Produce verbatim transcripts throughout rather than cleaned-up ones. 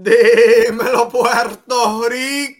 Dímelo, Puerto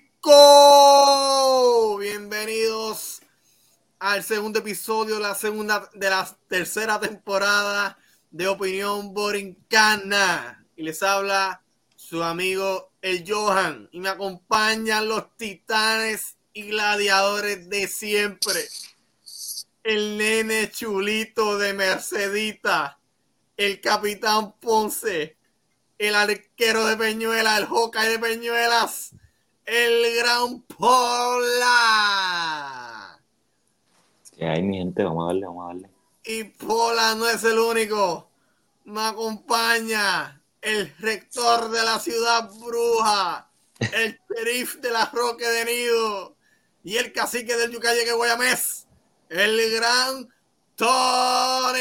Rico. Bienvenidos al segundo episodio, la segunda de la tercera temporada de Opinión Borincana. Y les habla su amigo el Johan. Y me acompañan los titanes y gladiadores de siempre. El nene chulito de Mercedita, el capitán Ponce, el arquero de Peñuelas, el Hawkeye de Peñuelas, el gran Pola. Que hay, mi gente, vamos a darle, vamos a darle. Y Pola no es el único. Me acompaña el rector de la ciudad bruja, el sheriff de la Roque de Nido y el cacique del Yucayeque Guayamés, el gran Tony.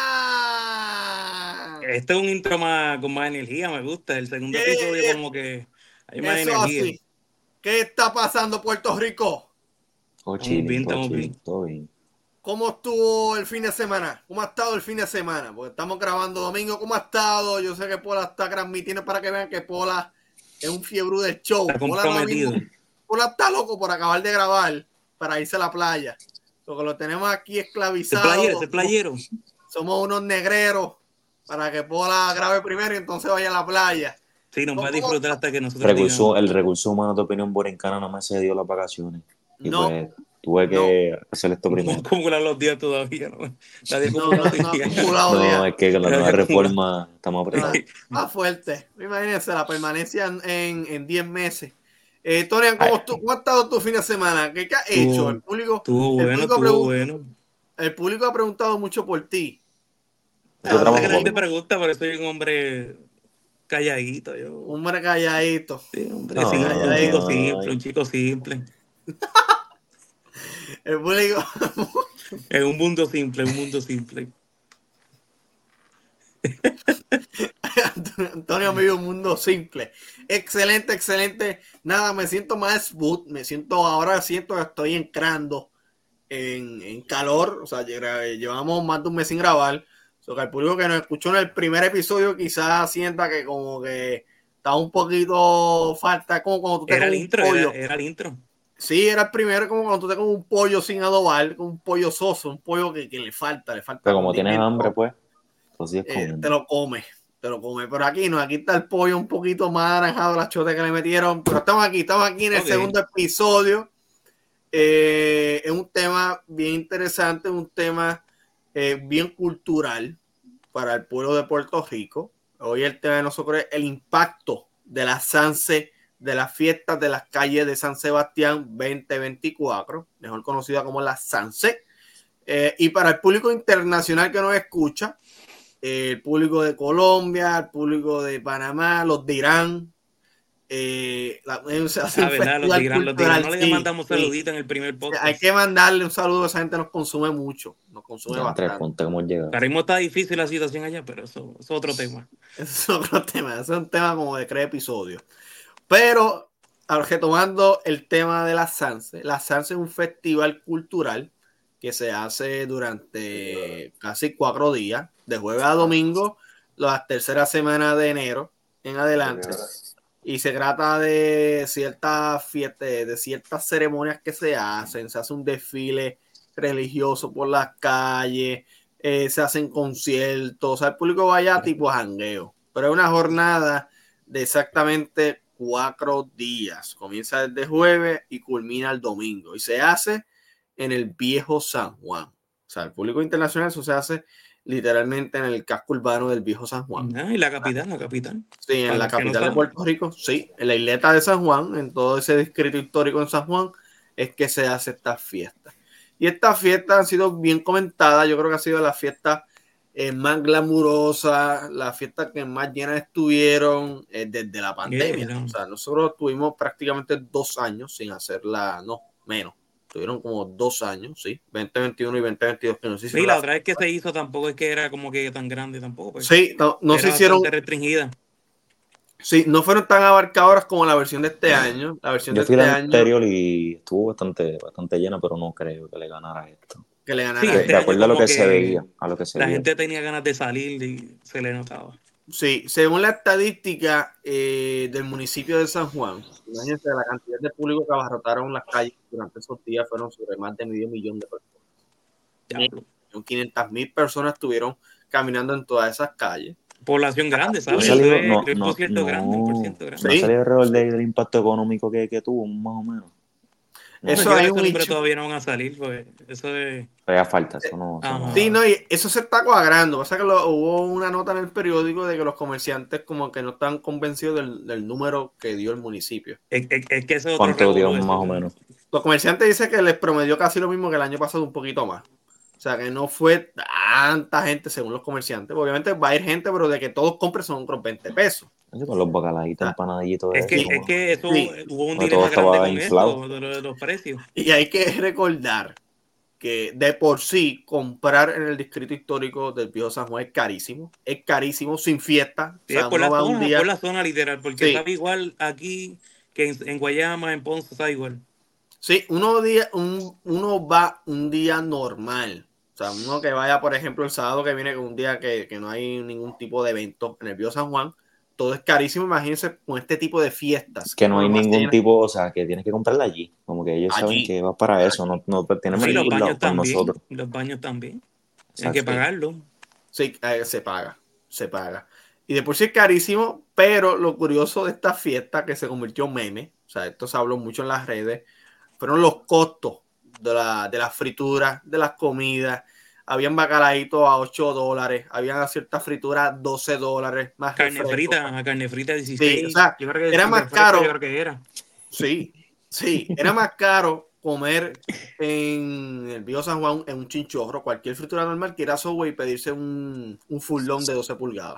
Este es un intro más, con más energía, me gusta. El segundo ¿Qué? episodio como que hay más Eso energía. así. ¿Qué está pasando, Puerto Rico? Todo Estamos chilling, bien, todo estamos chilling, bien. todo bien. ¿Cómo estuvo el fin de semana? ¿Cómo ha estado el fin de semana? Porque estamos grabando domingo. ¿Cómo ha estado? Yo sé que Pola está transmitiendo para que vean que Pola es un fiebre del show. Está Pola, comprometido. mismo, Pola está loco por acabar de grabar para irse a la playa. Porque lo tenemos aquí Ese esclavizado. playero, ese playero. Somos unos negreros para que Pola grabe primero y entonces vaya a la playa. Sí, nos va a disfrutar hasta que nosotros Recurso, digamos. el recurso humano de Opinión Borincana no me cedió las vacaciones. Y No, pues tuve que hacer esto No primero. acumular los días todavía, ¿no? Nadie no, acumula no, los no ha días. acumulado No, días. es que con la Nadie nueva acumula. reforma estamos apretados. Más fuerte. Imagínense la permanencia en, en diez meses. Eh, Tony, ¿cómo, tú, ¿cómo ha estado tu fin de semana? ¿Qué, qué has hecho? El público, Estuvo el, bueno, público estuvo pregun- bueno. el público ha preguntado mucho por ti. Yo Esa trabajo, gente papi. pregunta, pero soy un hombre calladito. Yo. Un hombre calladito. Sí, hombre, No, sí, no, un chico no, simple, no. un chico simple. El público. Es un mundo simple, un mundo simple. Antonio vive un mundo simple. Excelente, excelente. Nada, me siento más smooth. Me siento, ahora siento que estoy entrando en, en calor. O sea, llevamos más de un mes sin grabar. O sea, que el público que nos escuchó en el primer episodio quizás sienta que como que está un poquito falta, como cuando tú te Era el comes un intro, pollo. era, era el intro. Sí, era el primero, como cuando tú te comes un pollo sin adobar, como un pollo soso, un pollo que, que le falta, le falta Pero como tienes condimento. hambre, pues, pues sigues Eh, comiendo. te lo comes, te lo comes. Pero aquí no, aquí está el pollo un poquito más anaranjado, la chota que le metieron. Pero estamos aquí, estamos aquí en el Ok. segundo episodio. Eh, es un tema bien interesante, un tema eh, bien cultural para el pueblo de Puerto Rico. Hoy el tema de nosotros es el impacto de la Sanse, de las fiestas de las calles de San Sebastián veinte veinticuatro, mejor conocida como la Sanse. Eh, y para el público internacional que nos escucha, eh, el público de Colombia, el público de Panamá, los de Irán, eh, la, se hace Ah, un ¿verdad? Los festival dirán, los cultural. dirán. No le Sí, mandamos sí. saluditos en el primer podcast. Hay que mandarle un saludo, esa gente nos consume mucho, nos consume Ya, tres bastante. puntos, hemos llegado. Ahora mismo está difícil la situación allá, pero eso, eso es otro tema. Ese es otro tema, ese es un tema como de tres episodios. Pero, retomando el tema de la Sanse, la Sanse es un festival cultural que se hace durante casi cuatro días, de jueves a domingo, las terceras semanas de enero en adelante. Y se trata de ciertas fiestas, de ciertas ceremonias que se hacen, se hace un desfile religioso por las calles, eh, se hacen conciertos, o sea, el público vaya tipo jangueo, pero es una jornada de exactamente cuatro días, comienza desde jueves y culmina el domingo, y se hace en el viejo San Juan, o sea, el público internacional, eso se hace literalmente en el casco urbano del viejo San Juan. Ah, y la capital, la capital. Sí, en Para la los que no capital de saben. Puerto Rico, sí, en la isleta de San Juan, en todo ese distrito histórico en San Juan, es que se hace esta fiesta. Y estas fiestas han sido bien comentadas, yo creo que ha sido la fiesta eh, más glamurosa, la fiesta que más llenas estuvieron eh, desde la pandemia. Yeah, no. O sea, nosotros tuvimos prácticamente dos años sin hacerla, no, menos. Tuvieron como dos años, sí, veinte veintiuno y veinte veintidós que no se Sí, hicieron la la otra vez que se hizo tampoco es que era como que tan grande tampoco. Pues. Sí, no, no era se hicieron. bastante restringida. Sí, no fueron tan abarcadoras como la versión de este año. La versión Yo de fui este la año anterior y estuvo bastante, bastante llena, pero no creo que le ganara esto. que le ganara Sí, a De, este de ella. año acuerdo a lo como que, se veía, a lo que se la veía. gente tenía ganas de salir y se le notaba. Sí, según la estadística eh, del municipio de San Juan, imagínense la cantidad de público que abarrotaron las calles durante esos días fueron sobre más de medio millón de personas. Diablo. quinientas mil personas estuvieron caminando en todas esas calles. Población grande, No ha ¿sabes? Sí, Eso salido, es no, un no, por ciento no, grande, un por ciento no grande. ha Sí, salido alrededor sí. de- del impacto económico que, que tuvo, más o menos. No, Bueno, Eso yo creo hay que un esos números hecho. todavía no van a salir, pues eso es... pero ya falta, eso no, eso no. Ajá. Sí, no, y eso se está cuadrando. Pasa que lo- hubo una nota en el periódico de que los comerciantes como que no están convencidos del, del número que dio el municipio. Es, es- es que eso es otro ¿Cuánto dio revolú, más eso. o menos? Los comerciantes dicen que les promedió casi lo mismo que el año pasado, un poquito más. O sea, que no fue tanta gente según los comerciantes. Obviamente va a ir gente, pero de que todos compren son otros veinte pesos. Así con los O bacaladitos, sea, empanadillos de Es que, eso. sí, es Como, que eso sí. hubo un porque todo dilema grande estaba con inflado. eso, de, lo- de los precios. Y hay que recordar que de por sí comprar en el distrito histórico del Viejo San Juan es carísimo. Es carísimo, sin fiesta. O Sí, es sea, por uno la va un zona, por día. la zona literal, porque Sí, sabe igual aquí que en, en Guayama, en Ponce, sabe igual. sí, uno, día, un, uno va un día normal. O sea, uno que vaya, por ejemplo, el sábado que viene, con un día que, que no hay ningún tipo de evento en el Viejo San Juan, todo es carísimo. Imagínense con este tipo de fiestas, Que que no son hay las más ningún llenas tipo, o sea, que tienes que comprarla allí. Como que ellos saben allí. que va para eso, no, no tienen No, y en los Sí, ningún lado baños con también, nosotros. los baños también. Tienes que Exacto. sí. pagarlo. Sí, eh, se paga, se paga. Y de por sí es carísimo, pero lo curioso de esta fiesta que se convirtió en meme, o sea, esto se habló mucho en las redes, fueron los costos de la, de las frituras, de las comidas. Habían bacalaitos a ocho dólares, habían ciertas frituras doce dólares, más Carne refrescos. frita, carne frita Sí, o dieciséis. sea, Yo creo que era el más refresco yo caro, creo que era. sí, sí, era más caro comer en el Viejo San Juan en un chinchorro, cualquier fritura normal, que ir a Subway y pedirse un, un fullón de doce pulgadas.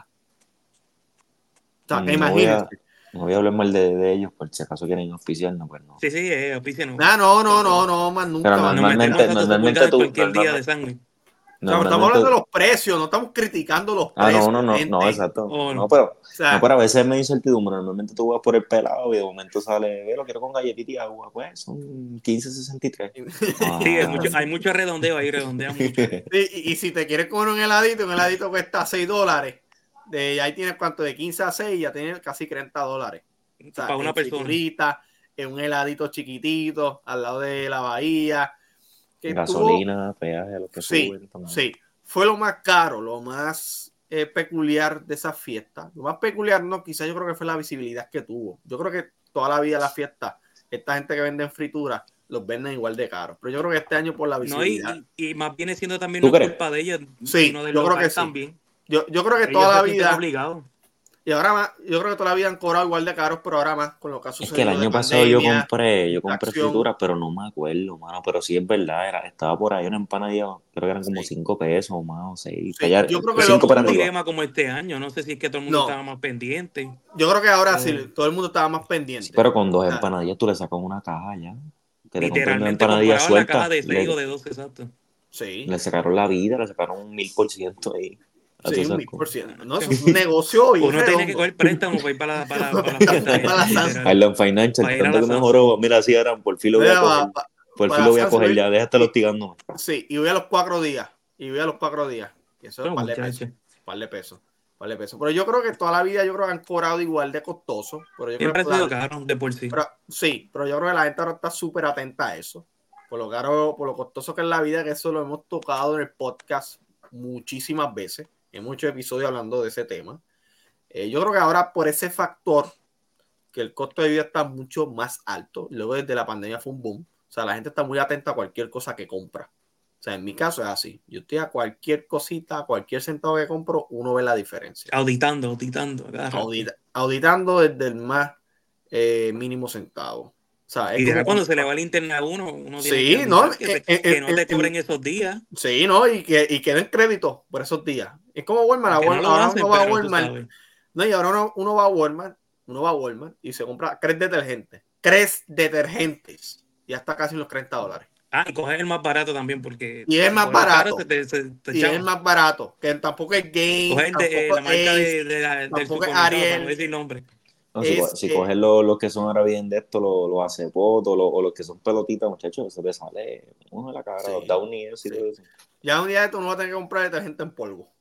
O sea, que No voy a, imagínense. no voy a hablar mal de, de ellos, por si acaso quieren oficial, no, pues no. Sí, sí, eh, auspicia no. Ah, no, no, Pero no, no, más Pero nunca, más nos nunca. metemos normalmente, esas doce normalmente pulgadas en tú, cualquier día de normalmente, sándwich. O sea, estamos normalmente, hablando de los precios, no estamos criticando los ah, precios, no, no, no, no, gente. exacto. Oh, No, no. pero, O sea, no, pero a veces me da incertidumbre. Normalmente tú vas por el pelado y de momento sale, ve, lo quiero con galletita y agua, pues son quince sesenta y tres. Sí, hay Ah, mucho, hay mucho redondeo ahí, redondean mucho. sí, y, y si te quieres comer un heladito, un heladito cuesta seis dólares. De ahí tienes cuánto, de quince a seis, ya tienes casi treinta dólares. O sea, Para una en persona. friturita, en un heladito chiquitito, al lado de la bahía. Que tuvo, gasolina, peaje, lo que sí, suben también. sí. Fue lo más caro, lo más eh, peculiar de esa fiesta. Lo más peculiar, no, quizás yo creo que fue la visibilidad que tuvo. Yo creo que toda la vida la fiesta, esta gente que vende en fritura, los venden igual de caros. Pero yo creo que este año por la No, visibilidad. y, y, y más viene siendo también ¿Tú no es crees? culpa de ellos, Sí, sino del yo creo que local sí. también. Yo, yo creo que Ellos toda se la sienten vida, obligados. y ahora más, yo creo que toda la vida han cobrado igual de caros, pero ahora más con lo que ha Es que el sucedido de año pasado yo pandemia, compré, yo compré inflación. frituras, pero no me acuerdo, mano. Pero sí es verdad, era, estaba por ahí una empanadilla, creo que eran como Sí, cinco pesos más o seis, para sí. allá, Yo creo que Pero no cinco lo, hubo para un lo- arriba. dilema como este año. No sé si es que todo el mundo no, estaba más pendiente. yo creo que ahora O sí, todo el mundo estaba más Sí, pendiente. pero con dos O sea, empanadillas tú le sacas una caja ya. Que te compren dos literalmente empanadillas comparaban la caja sueltas, de seis o le, de doce, exacto. sí. le sacaron la vida, le sacaron un mil por ciento ahí. A Sí, todas un esas mil por cosas. ciento. No, eso es un negocio bien Uno tiene que redondo. coger préstamo para ir para la, para, para la fiesta Para la esa, Sans. I literal. Love Financial, Para ir a tanto la que Sanse. mejoró, mira, así eran, por fin lo voy a Mira, coger. pa- pa- Por fin para lo la voy a Sans coger, voy- ya, déjate y- hostigándome. sí, y voy a los cuatro días. Y voy a los cuatro días. Y eso es un No, par de pesos. muchachos. Par de pesos. Par de pesos. Pero yo creo que toda la vida yo creo que han cobrado igual de costoso. Pero yo creo Siempre ha que la, sido caro de por sí. pero, sí, pero yo creo que la gente ahora está súper atenta a eso. Por lo caro, por lo costoso que es la vida, que eso lo hemos tocado en el podcast muchísimas veces. En muchos episodios hablando de ese tema. Eh, yo creo que ahora por ese factor, que el costo de vida está mucho más alto, luego desde la pandemia fue un boom. O sea, la gente está muy atenta a cualquier cosa que compra. O sea, en mi caso es así. Yo estoy a cualquier cosita, a cualquier centavo que compro, uno ve la diferencia. Auditando, auditando. cada rato. Audita, auditando desde el más eh, mínimo centavo. O sea, es Y ya como cuando se le va el internet a uno, uno tiene que sí, ¿no? auditar que, En, se, en, que no en, te cobren en, esos días. sí, ¿no? Y que, y que den crédito por esos días. Es como Walmart. Que no lo Ahora hacen, uno va a pero tú Walmart. sabes. No, y ahora uno, uno va a Walmart, uno va a Walmart y se compra tres detergentes. Tres detergentes. Y ya está casi en los treinta dólares. Ah, y coger el más barato también, porque Y es si más coges el caro barato. se te, se te Y es echaba. más barato. Que tampoco es Game, Coger de, eh, tampoco la marca es de, de la- del tampoco es supermercado, para no Ariel. decir nombre. No, si, co- Es, si eh, coges los los que son ahora bien de esto, los los acepotos, los- o los que son pelotitas, muchachos, eso te sale uno de la cara, Sí, los Downy, eso y sí. todo eso. Ya un día de esto uno va a tener que comprar detergente en polvo.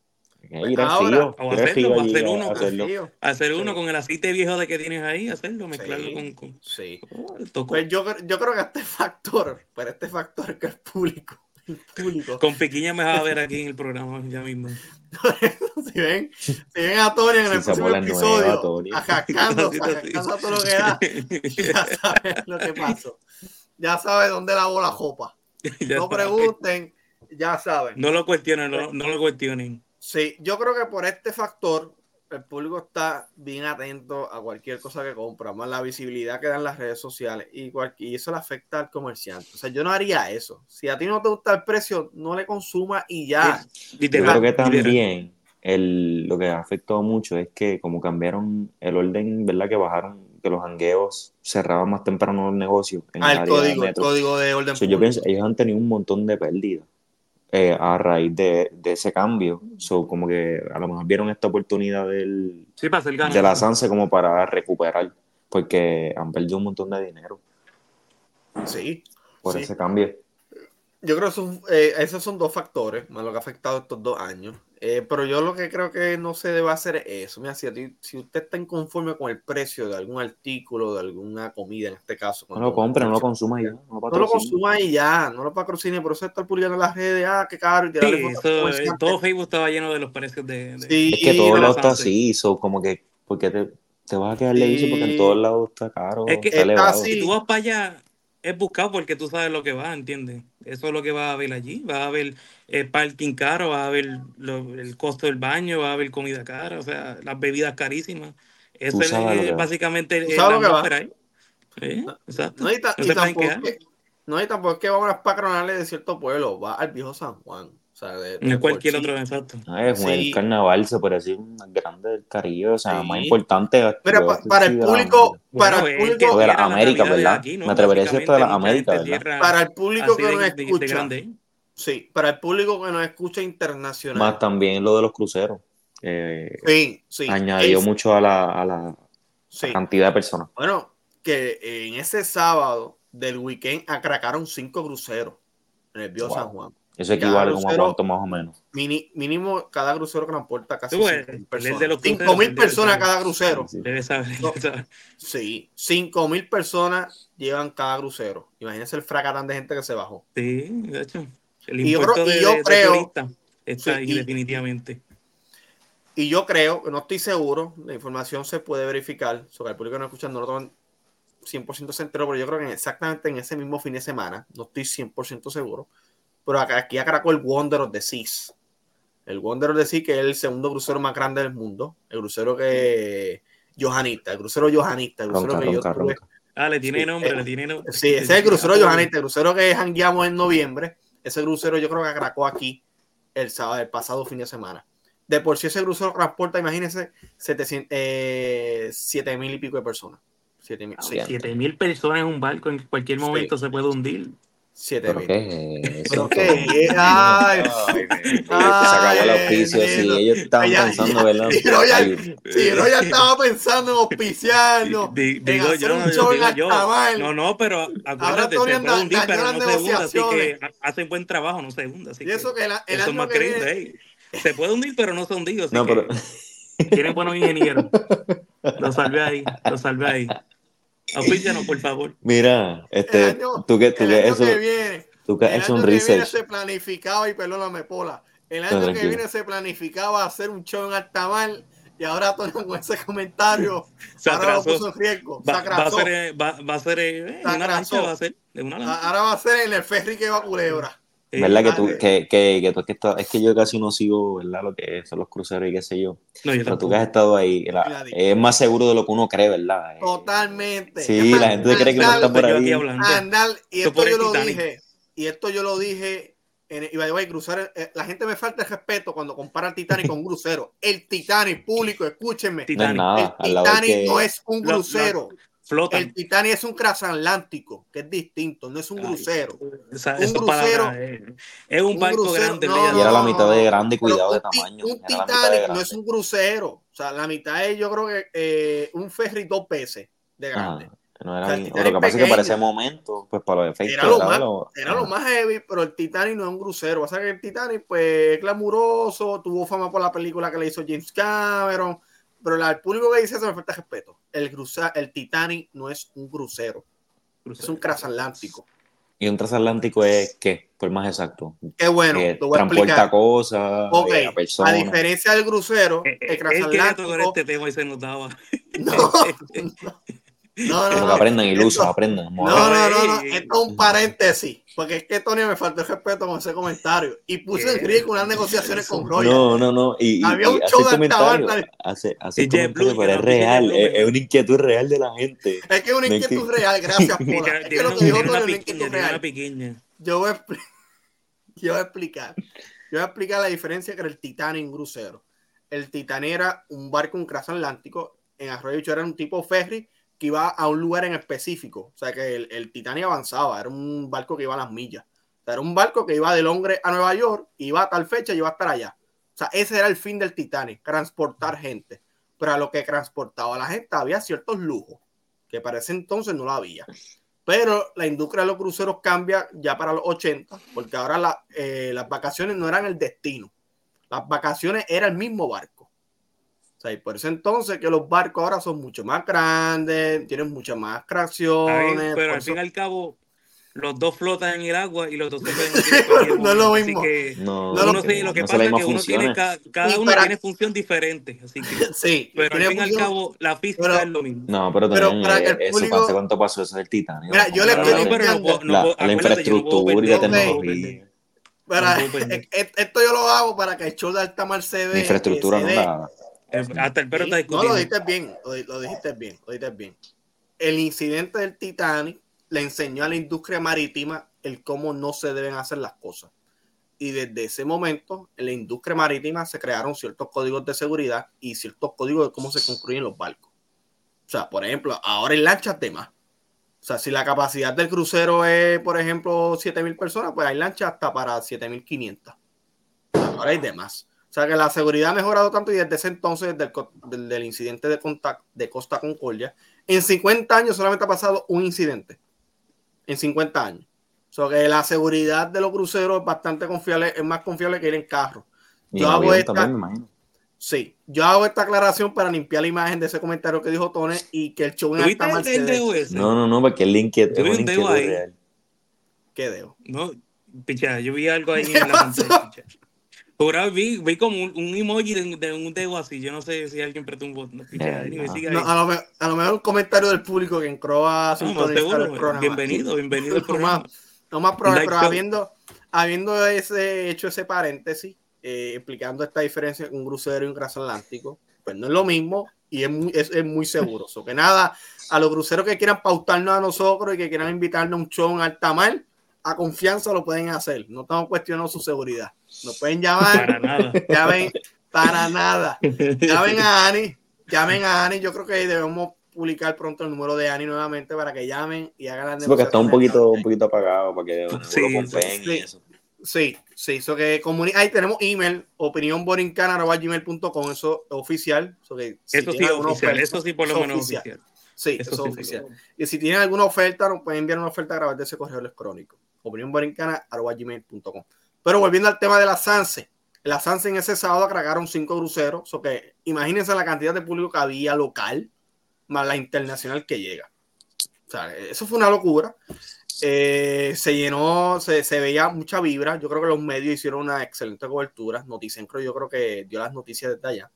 Ir al Ahora, río, o ir al hacerlo, río o allí hacer a- uno, a hacerlo. hacer uno Sí. con el aceite viejo de que tienes ahí, hacerlo, mezclarlo Sí, con, con... sí. Oh, tocó. Pues yo, yo creo que este factor, pero este factor que el público, el público, Con Piquiña me vas a ver aquí en el programa ya mismo. si ven, si ven a Tony en Si el se próximo pone nueva, episodio, Tony. ajascando, Así, así. ajascando a todo lo que da, ya sabes lo que pasó. Ya sabes dónde lavó la jopa. Ya No sabe. pregunten, ya saben. No lo cuestionen, no, no lo cuestionen. Sí, yo creo que por este factor el público está bien atento a cualquier cosa que compra, más la visibilidad que dan las redes sociales y, cual, y eso le afecta al comerciante. O sea, yo no haría eso. Si a ti no te gusta el precio, no le consumas y ya. Yo Literal, creo que literal. también el, lo que ha afectado mucho es que como cambiaron el orden, ¿verdad? Que bajaron, que los jangueos cerraban más temprano los negocios en Ah, el el área código, de el metro. código de orden So, yo público. pienso, ellos han tenido un montón de pérdidas eh, a raíz de, de ese cambio. So, como que a lo mejor vieron esta oportunidad del, Sí, para hacer de la ganancias. Sanse como para recuperar, porque han perdido un montón de dinero Sí, por sí. ese cambio. Yo creo que son, eh, esos son dos factores, más lo que ha afectado estos dos años. Eh, pero yo lo que creo que no se debe hacer es eso. Mira, si, a ti, si usted está inconforme con el precio de algún artículo, de alguna comida, en este caso, No lo compre, no lo consuma ya, no lo no lo patrocine. consuma y ya, no lo patrocine, por eso está publicando en las redes, ah, qué caro, y Sí, tirarle fotos eso, eh, comerciales. todo Facebook estaba lleno de los precios de... de Sí, Es que todo de lado la está Sanse. así, so, como que, porque te, te vas a quedar de vicio porque en sí, todos lados está caro, Es que está está elevado. si tú así. vas para allá, es buscado porque tú sabes lo que vas, ¿entiendes? Eso es lo que vas a ver allí. Vas a ver el parking caro, vas a ver lo- el costo del baño, vas a ver comida cara, o sea, las bebidas carísimas. Eso Tú sabes lo es que va. básicamente Tú eh, sabes la lo que va. atmósfera ahí. ¿Eh? No, Exacto. no, y, ta- No y se pueden tampoco quejar. es que, no, y tampoco es que va a unas patronales de cierto pueblo, va al viejo San Juan. O sea, de, No de es por cualquier sí. otro, exacto. Ah, es un- el Sí, carnaval, se puede decir, más grande del Caribe, o sea, más sí. importante, Mira, yo pa- sí, para sí, el de la, público, para Bueno, el es el que o público, de las cierra las Américas, navidades ¿verdad? aquí, Me ¿no? atrevería a decir esto de Básicamente las mucha Américas, gente ¿verdad? cierra para el público así que nos de, de- de escucha, grande. sí, para el público que nos escucha Más internacional, también lo de los cruceros. eh, sí, sí, añadió es, mucho a la, a la, a sí. cantidad de personas. Bueno, que en ese sábado del weekend atracaron cinco cruceros en el viejo San Wow. Juan. Eso Y cada equivale como a crucero, cuánto más o menos. mini- mínimo, cada crucero transporta casi Tú, cinco eh, mil él es de personas. los cinco cruceros, mil él debe personas saber. cada crucero. Sí, sí. Debe saber, No, debe saber. sí, cinco mil personas llevan cada crucero. Imagínense el fracatán de gente que se bajó. Sí, de hecho. El Y yo, impuesto creo- y de, yo de, de creo, turista está sí, ahí y, definitivamente. y yo creo, no estoy seguro, la información se puede verificar, sobre el público que no escucha, no lo toman cien por ciento se enteró, pero yo creo que exactamente en ese mismo fin de semana, no estoy cien por ciento seguro, pero acá, aquí atracó el Wonder of the Seas. El Wonder of the Seas, que es el segundo crucero más grande del mundo, el crucero que Johanita, el crucero Johanita, el crucero Ronca, que yo ronca, tuve. ronca. Ah, le tiene Sí, nombre, eh, le tiene nombre. sí, ese es el crucero Johanita, el crucero que jangueamos en noviembre. Ese crucero yo creo que atracó aquí el sábado, el pasado fin de semana. De por sí ese crucero transporta, imagínense, setecientos, eh, siete mil y pico de personas. siete mil, sí. Siete mil personas en un barco en cualquier momento Sí. se puede hundir. siete ¿Pero mil. qué es ¿Pero eso? qué? Ay, Ay, bendito. ay, Se acabó el auspicio. bendito. Si ellos estaban Ya, pensando, ya, ¿verdad? si Royal, Ay, si Royal estaba pensando en auspiciarnos, Di- en Digo hacer yo, un show en digo yo. Altamar. No, no, pero Ahora acuérdate, Tony se puede anda- hundir, dañó pero las no se hunda, así negociaciones. que ha- hacen buen trabajo, no se hunda. Así Y eso que que el, el eso es año más que creíble. viene, Ey. Se puede hundir, pero no se ha hundido, así no, que pero. tienen buenos ingenieros. Lo salvé ahí, lo salvé ahí. Auspícianos, por favor. Mira, el este, año, tú que, tú el que año eso, que viene, tú que has el hecho año un que viene research. se planificaba, y perdóname, Pola, el No, año que tranquilo. viene se planificaba hacer un show en Altamar, y ahora Tony con ese comentario, Se ahora lo atrasó. puso en riesgo, se Va, va a atrasó. ser, eh, va, va a ser eh, en una lancha, va a ser de una lancha. Ahora va a ser en el ferry que va a Culebra. Eh, ¿Verdad que Ah, tú, eh. que, que, que tú es que estás- es que yo casi no sigo, ¿verdad? Lo que son los cruceros y qué sé yo. no, yo Pero tú tampoco. que has estado ahí, la- Nadie. es más seguro de lo que uno cree, ¿verdad? Eh, Totalmente. Es Sí, más, la gente cree que uno andar, está por Estoy yo aquí ahí. hablando. andar, y Esto esto por yo el lo Titanic. dije, y esto yo lo dije, en, y by the way, cruzar, eh, la gente me falta el respeto cuando compara el Titanic con un crucero. El Titanic, público, escúchenme. No es Titanic. nada. El Al lado del Titanic que. no es un Lo- lo- crucero. Flotan. El Titanic es un transatlántico, que es distinto, no es un Ay, crucero. esa, Un esas crucero- palabras, eh, es un un barco crucero- grande. no, olvídate. Y era la no, mitad de grande, Pero cuidado de un, ti- tamaño. un Era la mitad de Titanic no grande. es un crucero. O sea, la mitad es, yo creo que eh, un ferry dos veces de grande. Ajá. No era O sea, el bien- Titanic lo que pasa es que para pequeño. ese momento, pues para los efectos, Era lo era de más, lo- era ajá. lo más heavy, pero el Titanic no es un crucero. Pasa que el Titanic, pues, es glamuroso, tuvo fama por la película que le hizo James Cameron, pero la, el público que dice eso me falta respeto. El, cruza, el Titanic no es un crucero, es un transatlántico. Y un transatlántico es, ¿qué? Por más exacto. Qué bueno, Que te voy a transporta explicar. cosas, Ok, eh, a a personas. diferencia del crucero, Eh, el eh, Él quería tocar transatlántico. este tema y se notaba. No, no. No, no, Como que no. aprendan ilusos, Esto- aprendan. No, no, no, no. Ey, Esto es un paréntesis. Porque es que Tony me faltó el respeto con ese comentario. Y puso en ¿qué? ridículo unas negociaciones con Royal. No, no, no. Y, y, Había y un hace show el de altabar. comentario, hace, hace el Y JetBlue, comentario, que pero es nos dice real, JetBlue es, es mejor. una inquietud real de la gente. Es que es una No es inquietud que- real. Gracias, Y Pola. tiene, Es que tiene lo una, que dijo tiene Tony una es una piquiña, inquietud tiene una real. piquiña. Yo voy, a expli- yo voy a explicar. Yo voy a explicar la diferencia entre el Titanic y un crucero. El Titanic era un barco, un transatlántico. En Arroyo Bichuela era un tipo ferry que iba a un lugar en específico. O sea que el, el Titanic avanzaba, era un barco que iba a las millas. O sea, era un barco que iba de Londres a Nueva York, iba a tal fecha y iba a estar allá. O sea, ese era el fin del Titanic, transportar gente. Pero a lo que transportaba a la gente había ciertos lujos, que para ese entonces no lo había. Pero la industria de los cruceros cambia ya para los ochenta, porque ahora la, eh, las vacaciones no eran el destino. Las vacaciones era el mismo barco. O sea, y por eso entonces que los barcos ahora son mucho más grandes, tienen muchas más Está bien, creaciones. pero por al eso... fin y al cabo, los dos flotan en el agua y los dos se pueden hundir en cualquier no es lo momento. Así mismo. que No, No, uno no, sí, lo que no son pasa las es que mismas uno tiene, funciones. ca- cada y uno para... tiene función diferente. Así que, sí, pero al tiene fin y al función, cabo, la física pero, es lo mismo. No, pero pero también para que el eh, eso, público... ¿hace cuánto pasó eso del Titanic? Mira, yo le No, estoy no, pero no puedo, limpiando no La, puedo, la acuérdate, yo no puedo infraestructura y perder, la yo no puedo Ok. tecnología. perder. Para, No puedo perder. esto yo lo hago para que el show de Altamar se La dé, infraestructura se no dé. la... Eh, Hasta el perro está Sí, no, lo discutiendo. dijiste bien, lo, lo dijiste bien, lo dijiste bien. El incidente del Titanic le enseñó a la industria marítima el cómo no se deben hacer las cosas. Y desde ese momento, en la industria marítima se crearon ciertos códigos de seguridad y ciertos códigos de cómo se construyen los barcos. O sea, por ejemplo, ahora hay lanchas de más. O sea, si la capacidad del crucero es, por ejemplo, siete mil personas, pues hay lanchas hasta para siete mil quinientas. Ahora hay de más. O sea, que la seguridad ha mejorado tanto y desde ese entonces, del, del, del incidente de, Contact, de Costa Concordia, en cincuenta años solamente ha pasado un incidente. En cincuenta años. O sea, que la seguridad de los cruceros es bastante confiable, es más confiable que ir en carro. Y Yo en hago avión esta, también, me imagino. sí, yo hago esta aclaración para limpiar la imagen de ese comentario que dijo Tony y que el show en ¿Tuviste Altamar el, se el dé. dedo ese? No, no, no, porque el inquiet, Yo es vi una un dedo inquietud ahí. real. ¿Qué dedo? No, picha, yo vi algo ahí ¿Qué en la pasó? pantalla, picha. Ahora vi, vi como un, un emoji de, de un dedo así. Yo no sé si alguien apretó un botón. No, picha, De ni me verdad. siga No, ahí. a, lo, me- a lo mejor un comentario del público que entró a No, más sintonizar el seguro. programa. Bienvenido, bienvenido al No programa. más, no más Un problemas, live pero show. habiendo, habiendo ese, hecho ese paréntesis, eh, explicando esta diferencia entre un crucero y un transatlántico, pues no es lo mismo y es muy, es, es muy seguro. So que nada, a los cruceros que quieran pautarnos a nosotros y que quieran invitarnos a un show en Altamar, a confianza lo pueden hacer. No estamos cuestionando su seguridad. Nos pueden llamar. Para nada. Llamen, para nada. Llamen a Ani. Llamen a Ani. Yo creo que debemos publicar pronto el número de Ani nuevamente para que llamen y hagan las Sí, porque está un negociaciones. poquito, un poquito apagado para que no Sí, lo pompen sí. y eso. Sí, sí, eso que comuni- ahí tenemos email, opinionborincana arroba gmail punto com, eso es oficial. So que si Eso sí tienen es alguna oficial. oferta, Eso sí por lo eso menos oficial. oficial. Sí, Eso eso sí, es oficial. por lo menos. Y si tienen alguna oferta, nos pueden enviar una oferta a través de ese correo electrónico, opinionborincana arroba gmail punto com. Pero volviendo al tema de la Sanse, la Sanse en ese sábado cargaron cinco cruceros, so que imagínense la cantidad de público que había local, más la internacional que llega. O sea, eso fue una locura. Eh, se llenó, se, se veía mucha vibra. Yo creo que los medios hicieron una excelente cobertura. Noticentro yo creo que dio las noticias desde allá.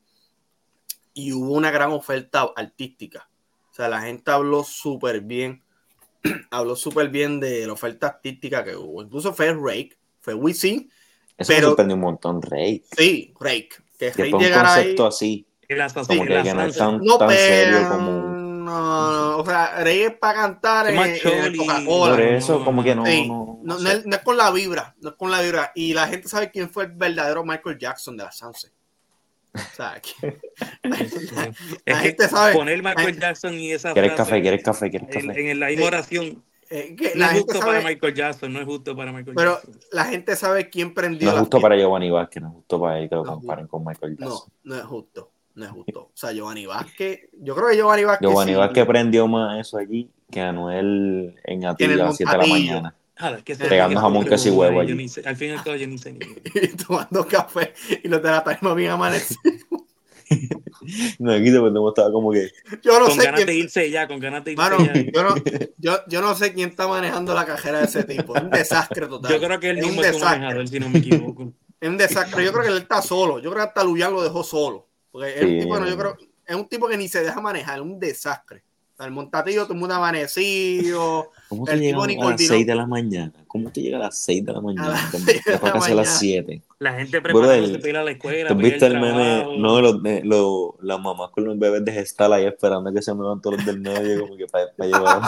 Y hubo una gran oferta artística. O sea, la gente habló súper bien. habló súper bien de la oferta artística que hubo. Incluso fue Rake, fue Wisin. Eso Pero, me sorprendió un montón, Rey. Sí, Rake. Que Que Rake fue un llegara concepto ahí. así. El asesino, Como que, la que no es salsa. tan, No, tan pero, serio como... no, no, o sea, Rey es para cantar Es en, más en el choli. Coca-Cola. Por eso, No, como que no... Sí, no, no no, sé. no es, no es con la vibra, no es con la vibra. Y la gente sabe quién fue el verdadero Michael Jackson de la Sanse. O sea, que- la, la Es gente que sabe. poner Michael la- Jackson y esa ¿Quieres frase café? ¿Quieres café? ¿Quieres en, café? en la misma oración eh, que no la es gente justo para sabe, Michael Jackson, no es justo para Michael pero Jackson. la gente sabe quién prendió No es la justo fiesta. para Giovanni Vázquez, no es justo para él que lo No, comparen con Michael No, Jackson. no es justo. No es justo. O sea, Giovanni Vázquez, yo creo que Giovanni Vázquez. Giovanni sí, Vázquez prendió más eso allí que Anuel en en Atillo el a las siete de la montatillo. mañana. Ah, es que ese Pegando reggaetón jamón, que queso y hubo huevo ahí, yo allí. ni sé- al fin y al cabo yo ni sé ni. Y tomando café y los de la tarima bien amanecidos. No, aquí después estaba como que. Yo no Con sé ganas quién. de irse ya, con ganas de irse Mano, ya. yo no, yo, yo no sé quién está manejando la cajera de ese tipo. Es un desastre total. Yo creo que él es un mismo es su desastre. manejador, si no me equivoco. Es un desastre. Yo creo que él está solo. Yo creo que hasta Luyan lo dejó solo. Porque es un Sí, tipo, bueno, yo eh, creo, es un tipo que ni se deja manejar. Es un desastre. O sea, el montatillo, todo el mundo amanecido. ¿Cómo tú El llegas tipo ni a las coordinó seis de la mañana? ¿Cómo tú llegas a las seis de la a mañana? las Te seis de vas para la casa a las mañana. siete. La gente Bro, preparándose el- para ir a la escuela, ¿Tú has para ir visto al el meme? trabajo. No, los, de- los- las mamás con los bebés de gestal ahí esperando que se muevan todos los del medio, como que para llevar.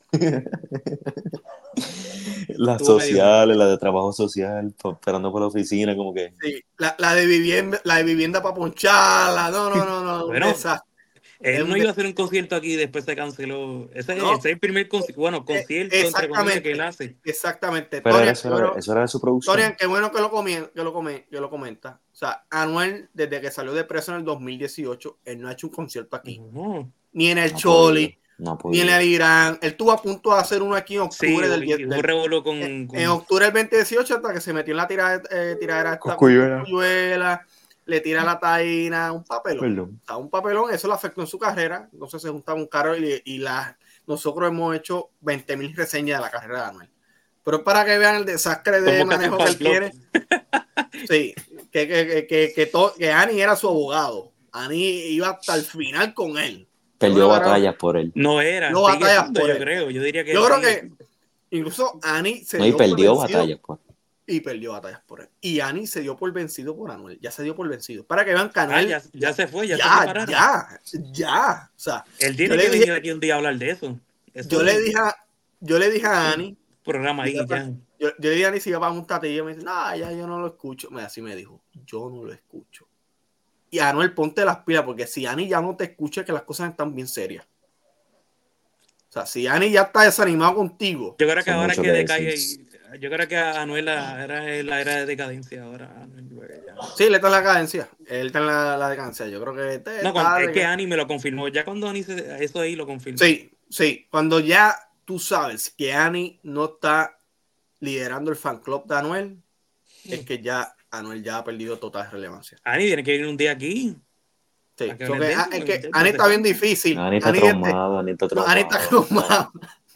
Las Estuvo medio raro. sociales, las de trabajo social, pa- esperando por la oficina, como que. Sí, la, la de vivienda, la de vivienda para poncharla. No, no, no, no. Bueno, un desastre. Es Él un no de- iba a hacer un concierto aquí y después se canceló. Ese, no, ese es el primer concierto, bueno, eh, concierto, entre comillas, que él exactamente. hace. Exactamente. Pero era, Tony, eso, qué era, bueno, eso era de su producción. Tony, qué bueno que lo, comien- que, lo come- que lo comenta. O sea, Anuel, desde que salió de preso en el dos mil dieciocho, él no ha hecho un concierto aquí. No. Ni en el No ha Choli, podido, no ha ni en podido. el Irán. Él estuvo a punto de hacer uno aquí en Sí, octubre del, y diez hubo del- revolú con, en, con- en octubre del veinte dieciocho hasta que se metió en la tira, eh, tiradera esta con Cosculluela. Cosculluela, le tira la taína, un papelón. Perdón. O sea, un papelón, eso le afectó en su carrera. Entonces se juntaba un carro y, y la, nosotros hemos hecho veinte mil reseñas de la carrera de Anuel. Pero para que vean el desastre de Somos casi manejo un que él fan club. tiene. Sí, que, que, que, que, que, to, que Ani era su abogado. Ani iba hasta el final con él. Perdió Una batallas por él. No era, No sigue batallas siendo, por yo él. creo. Yo diría que Yo él creo sigue que siendo. incluso Ani se No, y dio por perdió vencido batallas por él. y perdió batallas por él. Y Ani se dio por vencido por Anuel. Ya se dio por vencido. Para que vean que Ah, Anuel. ya, ya se fue, ya, se ya, separaron. ya, ya. O sea, Él yo tiene le que dije, venir aquí un día a hablar de eso. Eso yo es le un dije a, yo le dije a Ani. programa ahí Yo, ya. yo, yo le dije a Ani si iba para un tatillo. Me dice, no, ya yo no lo escucho. Así me dijo, yo no lo escucho. Y Anuel, ponte las pilas, porque si Ani ya no te escucha, que las cosas están bien serias. O sea, si Ani ya está desanimado contigo. Yo creo que Son ahora mucho que que decaiga, decir. y- yo creo que a Anuel la era la era de decadencia ahora. Anuel, ya. Sí, él está en la cadencia. Él está en la, la decadencia. Yo creo que este No, está cuando- es de- que Ani me lo confirmó. Ya cuando Ani se, eso ahí lo confirmó. Sí, sí. Cuando ya tú sabes que Ani no está liderando el fan club de Anuel, es que ya Anuel ya ha perdido total relevancia. Ani tiene que venir un día aquí. Sí. Para que So hables que, de ah, eso, es que muchacho, Ani hace está bien falta. difícil. Ani está Ani, este- traumado, Ani está no, Ani traumado. está traumado.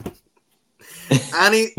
Ani,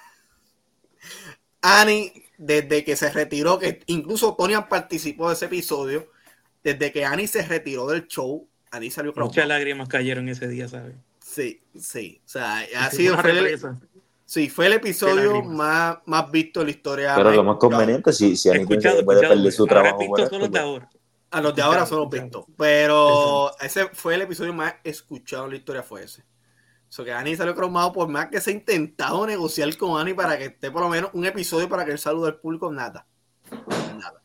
Ani, desde que se retiró, que incluso Tonian participó de ese episodio, desde que Ani se retiró del show, Ani salió Muchas traumado. lágrimas cayeron ese día, ¿sabes? Sí, sí. O sea, ha Fue sido, una fue el, represa. sí, fue el episodio lágrimas. más, más visto en la historia. Pero más lo más escuchado. conveniente, si, si Ani piensa Escuchado, que puede escuchado. perder su Ahora trabajo he por visto solo esto, de pues, ahora. A los de ahora Escuchado, son los escuchado. vistos. Pero ese fue el episodio más escuchado en la historia, fue ese. So que Ani salió cromado por más que se ha intentado negociar con Ani para que esté por lo menos un episodio para que él salude al público, nada. Nada.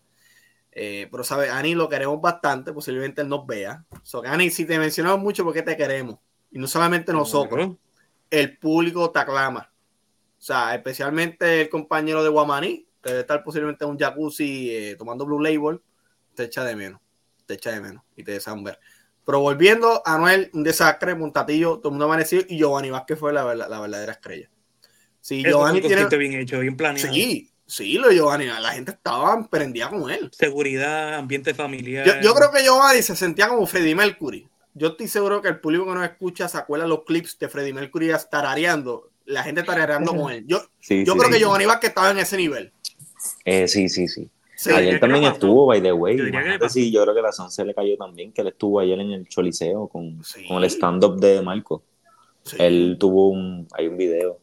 Eh, pero, ¿sabes? Ani lo queremos bastante, posiblemente él nos vea. So que Ani, si te mencionamos mucho, porque te queremos. Y no solamente nosotros, Claro. el público te aclama. O sea, especialmente el compañero de Guamaní, que debe estar posiblemente en un jacuzzi eh, tomando Blue Label, te echa de menos. Te echa de menos y te desean ver. Pero volviendo a Anuel, un desastre, Montatillo, todo el mundo amanecido y Giovanni Vázquez fue la, la, la verdadera estrella. Sí, Eso fue Giovanni un concierto tiene. bien hecho, bien planeado. Sí, sí, lo de Giovanni, la gente estaba prendida con él. Seguridad, ambiente familiar. Yo, yo creo que Giovanni se sentía como Freddie Mercury. Yo estoy seguro que el público que nos escucha se acuerda los clips de Freddie Mercury tarareando, la gente tarareando con él. Yo, sí, yo sí, creo sí. que Giovanni Vázquez estaba en ese nivel. Eh, sí, sí, sí. Sí, Yo diría Ayer que también le pasó. estuvo, by the way. Yo diría que le Imagínate pasó. si yo creo que la Sanse le cayó también, que él estuvo ayer en el Choliseo con, Sí. con el stand-up de Marco. sí. Él tuvo un, hay un video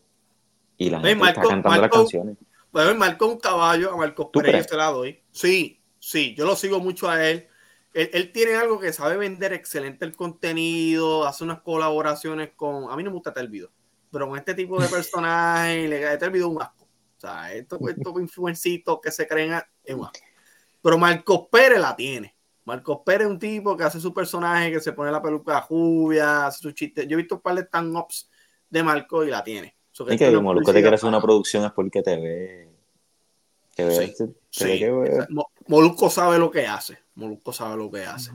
y la Hey, gente está Marco- cantando Marco- las canciones. Bueno, marcó un caballo a Marcos ¿Tú Pérez, crees? yo se la doy. Sí, sí, yo lo sigo mucho a él. él. Él tiene algo que sabe vender excelente el contenido, hace unas colaboraciones con. A mí no me gusta este video, pero con este tipo de personajes, le este video es un asco. O sea, estos, estos influencitos que se creen es un asco. Pero Marcos Pérez la tiene. Marcos Pérez es un tipo que hace su personaje, que se pone la peluca rubia, hace sus chistes. Yo he visto un par de stand-ups de Marcos y la tiene. So Y esto que no es Molusco te publicidad quiere hacer una para- producción es porque te ve. Te ve, Sí, te, te Sí, ve que, Molusco sabe lo que hace. Molusco sabe lo que hace.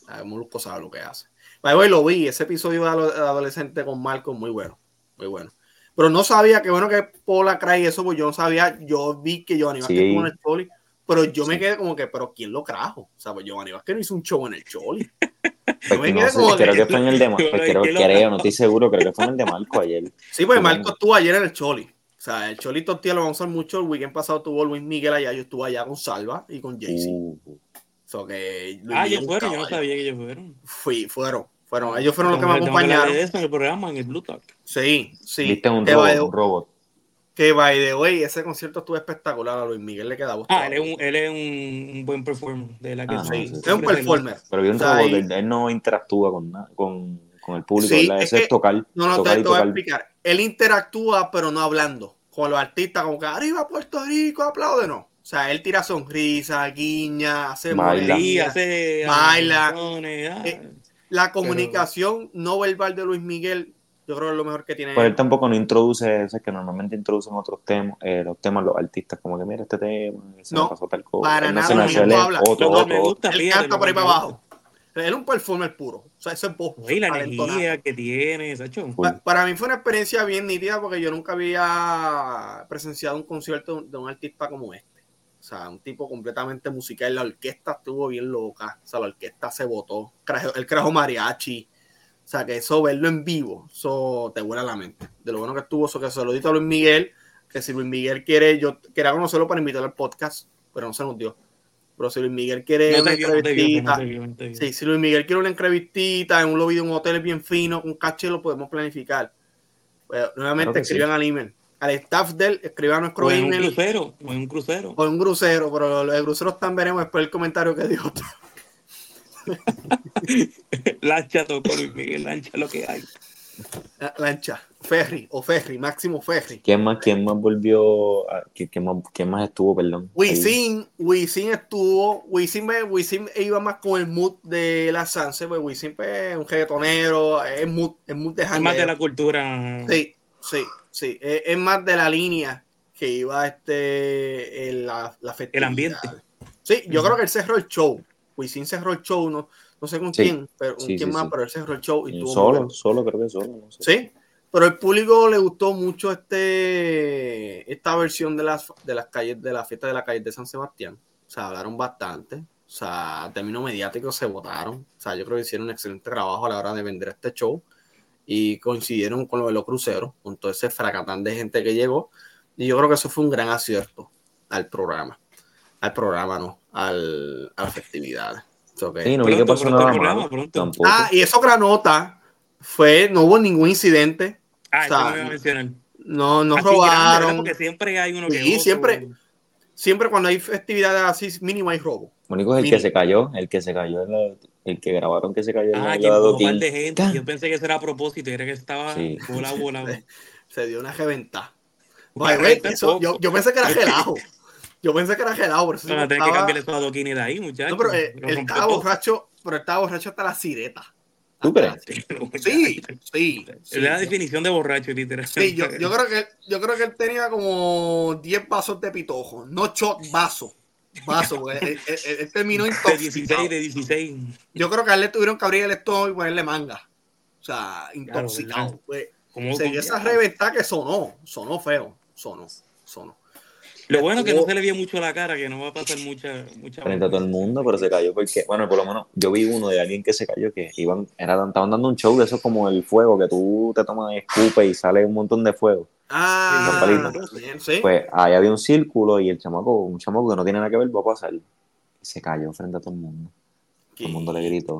Molusco sabe lo que hace. Pero lo vi, ese episodio de adolescente con Marco, muy bueno, muy bueno. Pero no sabía, qué bueno que Pola Cray eso, pues yo no sabía, yo vi que Giovanni Vázquez estuvo en el Choli, pero yo sí. me quedé como que, pero ¿quién lo trajo? O sea, pues Giovanni Vázquez no hizo un show en el Choli. Pues que no sé, creo que, que fue en el de Marco, pues creo, creo, no estoy seguro, creo que fue en el de Marco ayer. Sí, pues Marco estuvo ayer en el Choli. O sea, el Choli Tortilla lo vamos a usar mucho. El weekend pasado tuvo Luis Miguel allá, yo estuve allá con Salva y con Jay-Z. Uh. So que ah, ellos fueron, yo no sabía que ellos fueron. Fui, fueron, fueron. Ellos fueron los que me acompañaron. De eso en el programa, en el Blue Talk. Sí, sí. Viste un robot, de, un robot. Que by the way, ese concierto estuvo espectacular. A Luis Miguel le quedaba. Ah, él es, un, él es un, un buen performer. De la que ah, sí, sí, es un performer. Pero vi un o sea, robot, él, él no interactúa con, con, con el público. Sí, es, es tocar. No, no, tocar te, te voy a explicar. Él interactúa, pero no hablando. Con los artistas, como que arriba Puerto Rico, aplaude, no. O sea, él tira sonrisas, guiña, hace baila, hace baila. Eh, la comunicación pero... no verbal de Luis Miguel, yo creo que es lo mejor que tiene. Pues él tampoco no introduce, es que normalmente introducen otros temas, eh, los temas los artistas, como que mira este tema, se no, me pasó tal cosa. Para él nada, no, él no habla. Otro, no, otro, me gusta, otro. Él canta por ahí para abajo. Él es un performer puro. O sea, ese es voz. Y la energía que tiene, Sacho. Pa para mí fue una experiencia bien nítida porque yo nunca había presenciado un concierto de un artista como este. O sea, un tipo completamente musical. La orquesta estuvo bien loca. O sea, la orquesta se botó. Él trajo mariachi. O sea, que eso, verlo en vivo, eso te vuela la mente. De lo bueno que estuvo, eso que saludito a Luis Miguel. Que si Luis Miguel quiere, yo quería conocerlo para invitarlo al podcast, pero no se nos dio. Pero si Luis Miguel quiere no una dio, entrevistita, no te dio, no te dio. Sí, si Luis Miguel quiere una entrevistita en un lobby de un hotel bien fino, con caché, lo podemos planificar. Pues, nuevamente, claro escriban sí. al email. Al staff del, escriban nuestro o en email. Un crucero, o en un crucero. O en un crucero, pero los cruceros están veremos después el comentario que dio. Lancha tocó Luis Miguel, lancha lo que hay. Lancha, ferry o ferry, máximo ferry. ¿Quién más, quién más volvió? A, ¿quién, más, ¿Quién más estuvo, perdón? Wisin, Wisin estuvo, Wisin, Wisin iba más con el mood de la Sanse, pues Wisin es un reggaetonero, es mood, es mood de jangueo. Es más de la cultura. Sí, sí, sí, es, es más de la línea que iba este, en la, la festividad. El ambiente. Sí, yo uh-huh. creo que él cerró el show, Wisin cerró el show, no, no sé con sí. quién, pero con sí, quién sí, más, sí. pero él cerró el show. Y tuvo solo, solo, creo que solo. No sé. Sí. Pero al público le gustó mucho este esta versión de las de las calles de la fiesta de la calle de San Sebastián. O sea, hablaron bastante. O sea, a términos mediáticos se votaron. O sea, yo creo que hicieron un excelente trabajo a la hora de vender este show. Y coincidieron con lo de los cruceros, con todo ese fracatán de gente que llegó. Y yo creo que eso fue un gran acierto al programa. Al programa, no, al, a las festividades. Okay. Sí, no vi que pasó nada malo. Ah, y eso otra nota. Fue, no hubo ningún incidente. Ah, o sea, eso me iba a mencionar. No, no así robaron. Grande, porque siempre hay uno que sí, siempre, siempre cuando hay festividades así, mínimo hay robo. Lo único es el mínimo. que se cayó, el que se cayó, en la, el que grabaron que se cayó en ah, la que un par de gente. Yo pensé que eso era a propósito, era que estaba sí. volado, volado. Se, se dio una reventada. yo, yo pensé que era gelado. Yo pensé que era gelado. Por eso no, tenés que cambiar esos adoquines de ahí, muchachos. No, pero eh, él estaba borracho, pero estaba borracho hasta la sireta. ¿Tú crees? Sí, sí. Es sí, la definición de borracho, literal. Sí, yo, yo, creo que, yo creo que él tenía como diez vasos de pitojo. No shot, vaso. Vaso, porque él, él, él, él terminó intoxicado. De dieciséis, de dieciséis. Yo creo que a él le tuvieron que abrir el estómago y ponerle manga. O sea, intoxicado. Claro, pues, se dio esa reventada que sonó. Sonó feo. Sonó. Sonó. Lo bueno es que no se le vio mucho la cara, que no va a pasar mucha... mucha frente a todo el mundo, pero se cayó porque... Bueno, por lo menos yo vi uno de alguien que se cayó, que iban, era, estaban dando un show de eso como el fuego, que tú te tomas escupe y sale un montón de fuego. Ah, sí. Pues ahí había un círculo y el chamaco, un chamaco que no tiene nada que ver, va a pasar. Y se cayó frente a todo el mundo. ¿Qué? Todo el mundo le gritó.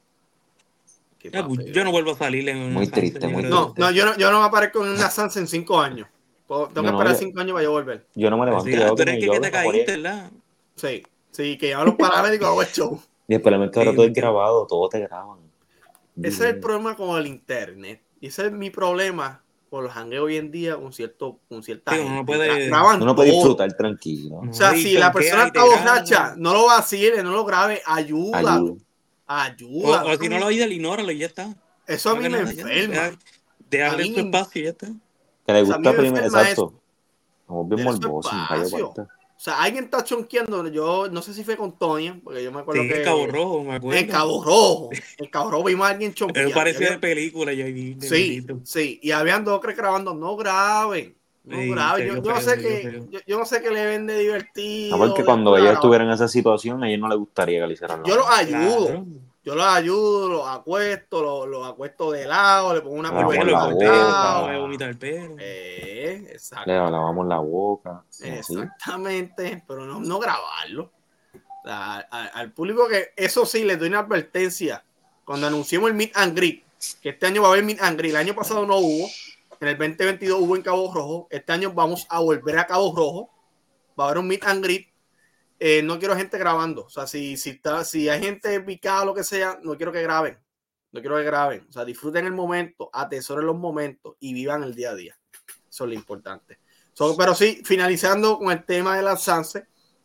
Papel, yo no vuelvo a salir en muy triste, muy triste. No, no, yo no, yo no me aparezco en una Sansa en cinco años. Tengo que no, esperar yo, cinco años para yo volver. Yo no me levanto. Sí, tú eres que, que te caíste, ¿verdad? Sí, sí, que llaman los paramédicos a ver el show. Y después le meto ahora todo es grabado, todo te graban. Ese es el problema con el internet. Y ese es mi problema con los jangueos hoy en día con cierto, con cierta sí, gente. Uno puede, uno no puede disfrutar tranquilo. O sea, si la persona está borracha, no lo vacile, no lo grabe, ayuda. Ayuda. ayuda. O, o si no lo oído, ignóralo y ya está. Eso a mí me enferma. Déjale su espacio y ya está. Que le gusta primero, exacto. Como bien morboso, O sea, alguien está chonqueando. Yo no sé si fue con Tonya, porque yo me acuerdo Sí, que. en Cabo Rojo, me acuerdo. En Cabo Rojo. En Cabo Rojo vimos a alguien chonquear. Pero parecía había... de película, yo vi. Sí, sí. Y habían dos que grabando. No graben. No Sí, graben. Yo, yo, feo, no sé feo, que, yo, yo no sé qué le ven de divertido. No, porque cuando ellos estuvieran en esa situación, a ellos no les gustaría que le hicieran Yo los ayudo. Claro. Yo los ayudo, los acuesto, los, los acuesto de lado, le pongo una lavamos cubeta la al boca, lado. voy a vomitar el pelo. Eh, exacto. Le lavamos la boca. Exactamente, ¿sí? Pero no, no grabarlo. O sea, a, a, al público que, eso sí, les doy una advertencia. Cuando anunciamos el Meet and Greet, que este año va a haber Meet and Greet, el año pasado no hubo, en el veinte veintidós hubo en Cabo Rojo, este año vamos a volver a Cabo Rojo, va a haber un Meet and Greet. Eh, no quiero gente grabando. O sea, si, si, está, si hay gente picada o lo que sea, no quiero que graben. No quiero que graben. O sea, disfruten el momento, atesoren los momentos y vivan el día a día. Eso es lo importante. So, pero sí, finalizando con el tema de las Sanse,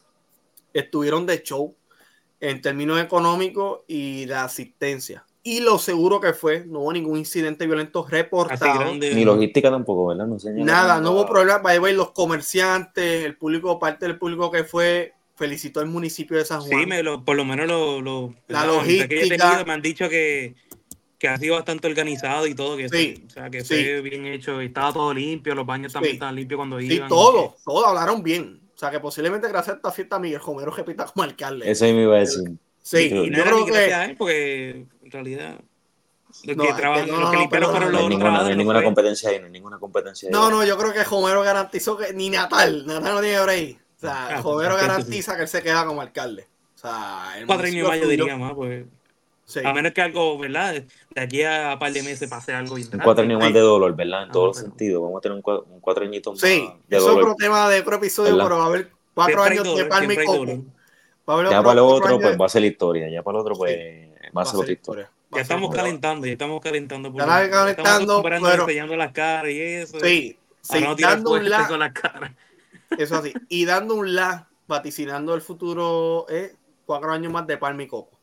estuvieron de show en términos económicos y de asistencia. Y lo seguro que fue, no hubo ningún incidente violento reportado. Grande, ni logística tampoco, ¿verdad? No sé, nada, no hubo problema. By the way, los comerciantes, el público, parte del público que fue, felicitó al municipio de San Juan. Sí, me lo, por lo menos lo, lo la logística que he tenido, me han dicho que, que ha sido bastante organizado y todo, que, sí, fue, o sea, que sí. fue bien hecho, estaba todo limpio, los baños también sí. estaban limpios cuando sí, iban. Sí, todo, que... todo hablaron bien. O sea, que posiblemente gracias a esta fiesta Miguel Romero repita como alcalde. Eso me iba a decir. Sí, y, y no yo era creo ni que... gracias a él, porque en realidad... Los no, que trabajan, no, los que no, limpiaron no, fueron no, los hay ninguna, no hay ninguna no competencia ahí, no hay ninguna competencia ahí. No, no, yo creo que Romero garantizó que ni Natal, Natal no tiene por ahí. O sea, ah, Romero garantiza sí. que él se queda como alcalde. O sea, el cuatro años más yo diría más, pues. Sí. A menos que algo, ¿verdad? De aquí a un par de meses pase algo. Un cuatro años sí. más de dolor, ¿verdad? En ah, todos los sentidos. Vamos a tener un, cuatro, un cuatro añitos sí, más de eso dolor. es otro tema de otro episodio, ¿verdad? Pero va a haber cuatro siempre años dolor, de palma y coco. Va ya para el otro, pues va a ser la historia. Ya para el otro, pues sí. va a ser otra historia. Ya estamos historia. calentando, ya estamos calentando. Por ya estamos calentando, estamos pero... enseñando las caras y eso. Sí, sí, no dando un la... con las caras. Eso así. Y dando un la, vaticinando el futuro, eh, cuatro años más de palma y coco.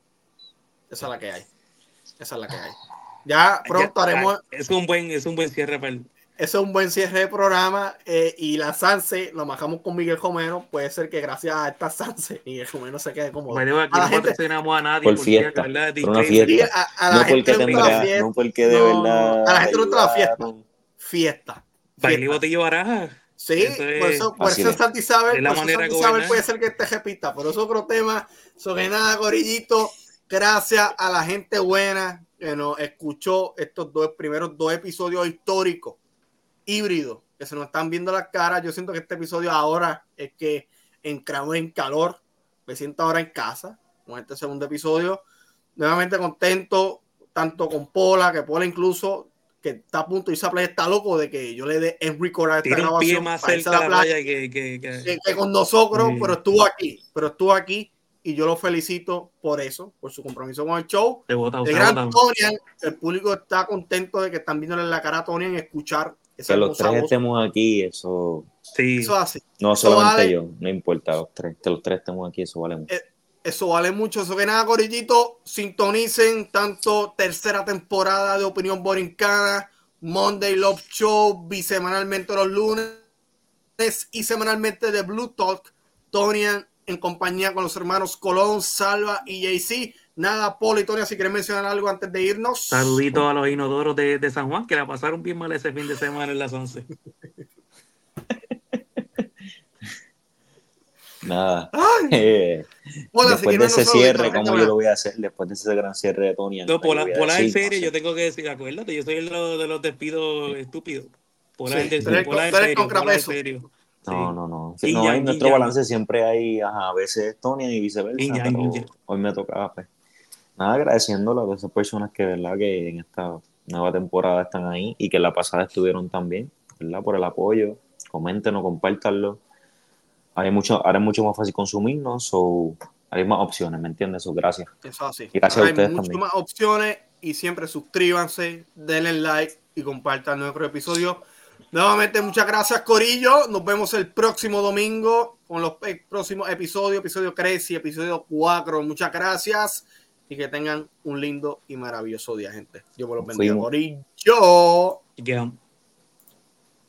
Esa es la que hay. Esa es la que hay. Ya pronto ya, haremos. Es un buen, es un buen cierre para el... Eso es un buen cierre de programa. Eh, y la Sanse, lo bajamos con Miguel Romero. Puede ser que gracias a esta Sanse, Miguel Romero se quede cómodo. Bueno, aquí a no la gente, patrocinamos a nadie por por fiesta. ¿verdad? Por una fiesta. Sí, a, a la no, gente porque tendrá, fiesta. no porque de no, verdad. A la gente le gusta la fiesta. Fiesta. Baile y botillo baraja. Sí, eso es, por eso, por eso Santi Isabel, por eso Santi Isabel puede ser que te repita. Por eso otro tema. Sobre nada, Gorillito. Gracias a la gente buena que nos escuchó estos dos primeros dos episodios históricos, híbridos, que se nos están viendo las caras. Yo siento que este episodio ahora es que entramos en calor. Me siento ahora en casa con este segundo episodio. Nuevamente contento, tanto con Pola, que Pola incluso, que está a punto de irse a playa, está loco de que yo le dé en record a esta Tiene grabación. Un pie más cerca de la playa que, que, que... Que, que con nosotros, sí. pero estuvo aquí, pero estuvo aquí. Y yo lo felicito por eso, por su compromiso con el show. Te bota, el gran Tonian, el público está contento de que están viéndole la cara a Tonian y escuchar que los tres voz. Estemos aquí, eso, sí. eso hace. No eso solamente vale, yo, no importa los tres, que los tres estemos aquí, eso vale mucho. Eh, eso vale mucho. Eso que nada, Corillito, sintonicen tanto tercera temporada de Opinión Borincana, Monday Love Show, bisemanalmente los lunes y semanalmente de Blue Talk, Tonian en compañía con los hermanos Colón, Salva y Jay-Z. Nada, Paul y Tony, si quieren mencionar algo antes de irnos. Saluditos a los inodoros de, de San Juan, que la pasaron bien mal ese fin de semana en las once. Nada. Eh, Hola, después si de ese cierre, ¿cómo yo lo voy a hacer? Después de ese gran cierre de Tony. No, por la, por la en serio, no sé. Yo tengo que decir, acuérdate, yo soy el de, de los despidos estúpidos. Por la sí, en serio. No, no, no. Sí, no hay en nuestro balance siempre hay, ajá, a veces Tony y viceversa. Inja, pero Inja. Hoy me tocaba, pues. Nada, agradeciéndole a todas esas personas que, verdad, que en esta nueva temporada están ahí y que la pasada estuvieron también, ¿verdad? Por el apoyo. Coméntenos, compártanlo. Hay mucho, ahora es mucho más fácil consumirnos o hay más opciones, ¿me entiendes? So, gracias. Eso así. Y gracias ahora a ustedes hay también. Hay muchas más opciones y siempre suscríbanse, denle like y compartan nuestro episodio. Nuevamente, muchas gracias, Corillo. Nos vemos el próximo domingo con los próximos episodios, episodio tres y episodio cuatro. Muchas gracias y que tengan un lindo y maravilloso día, gente. Yo me los bendiga, Corillo. Yeah.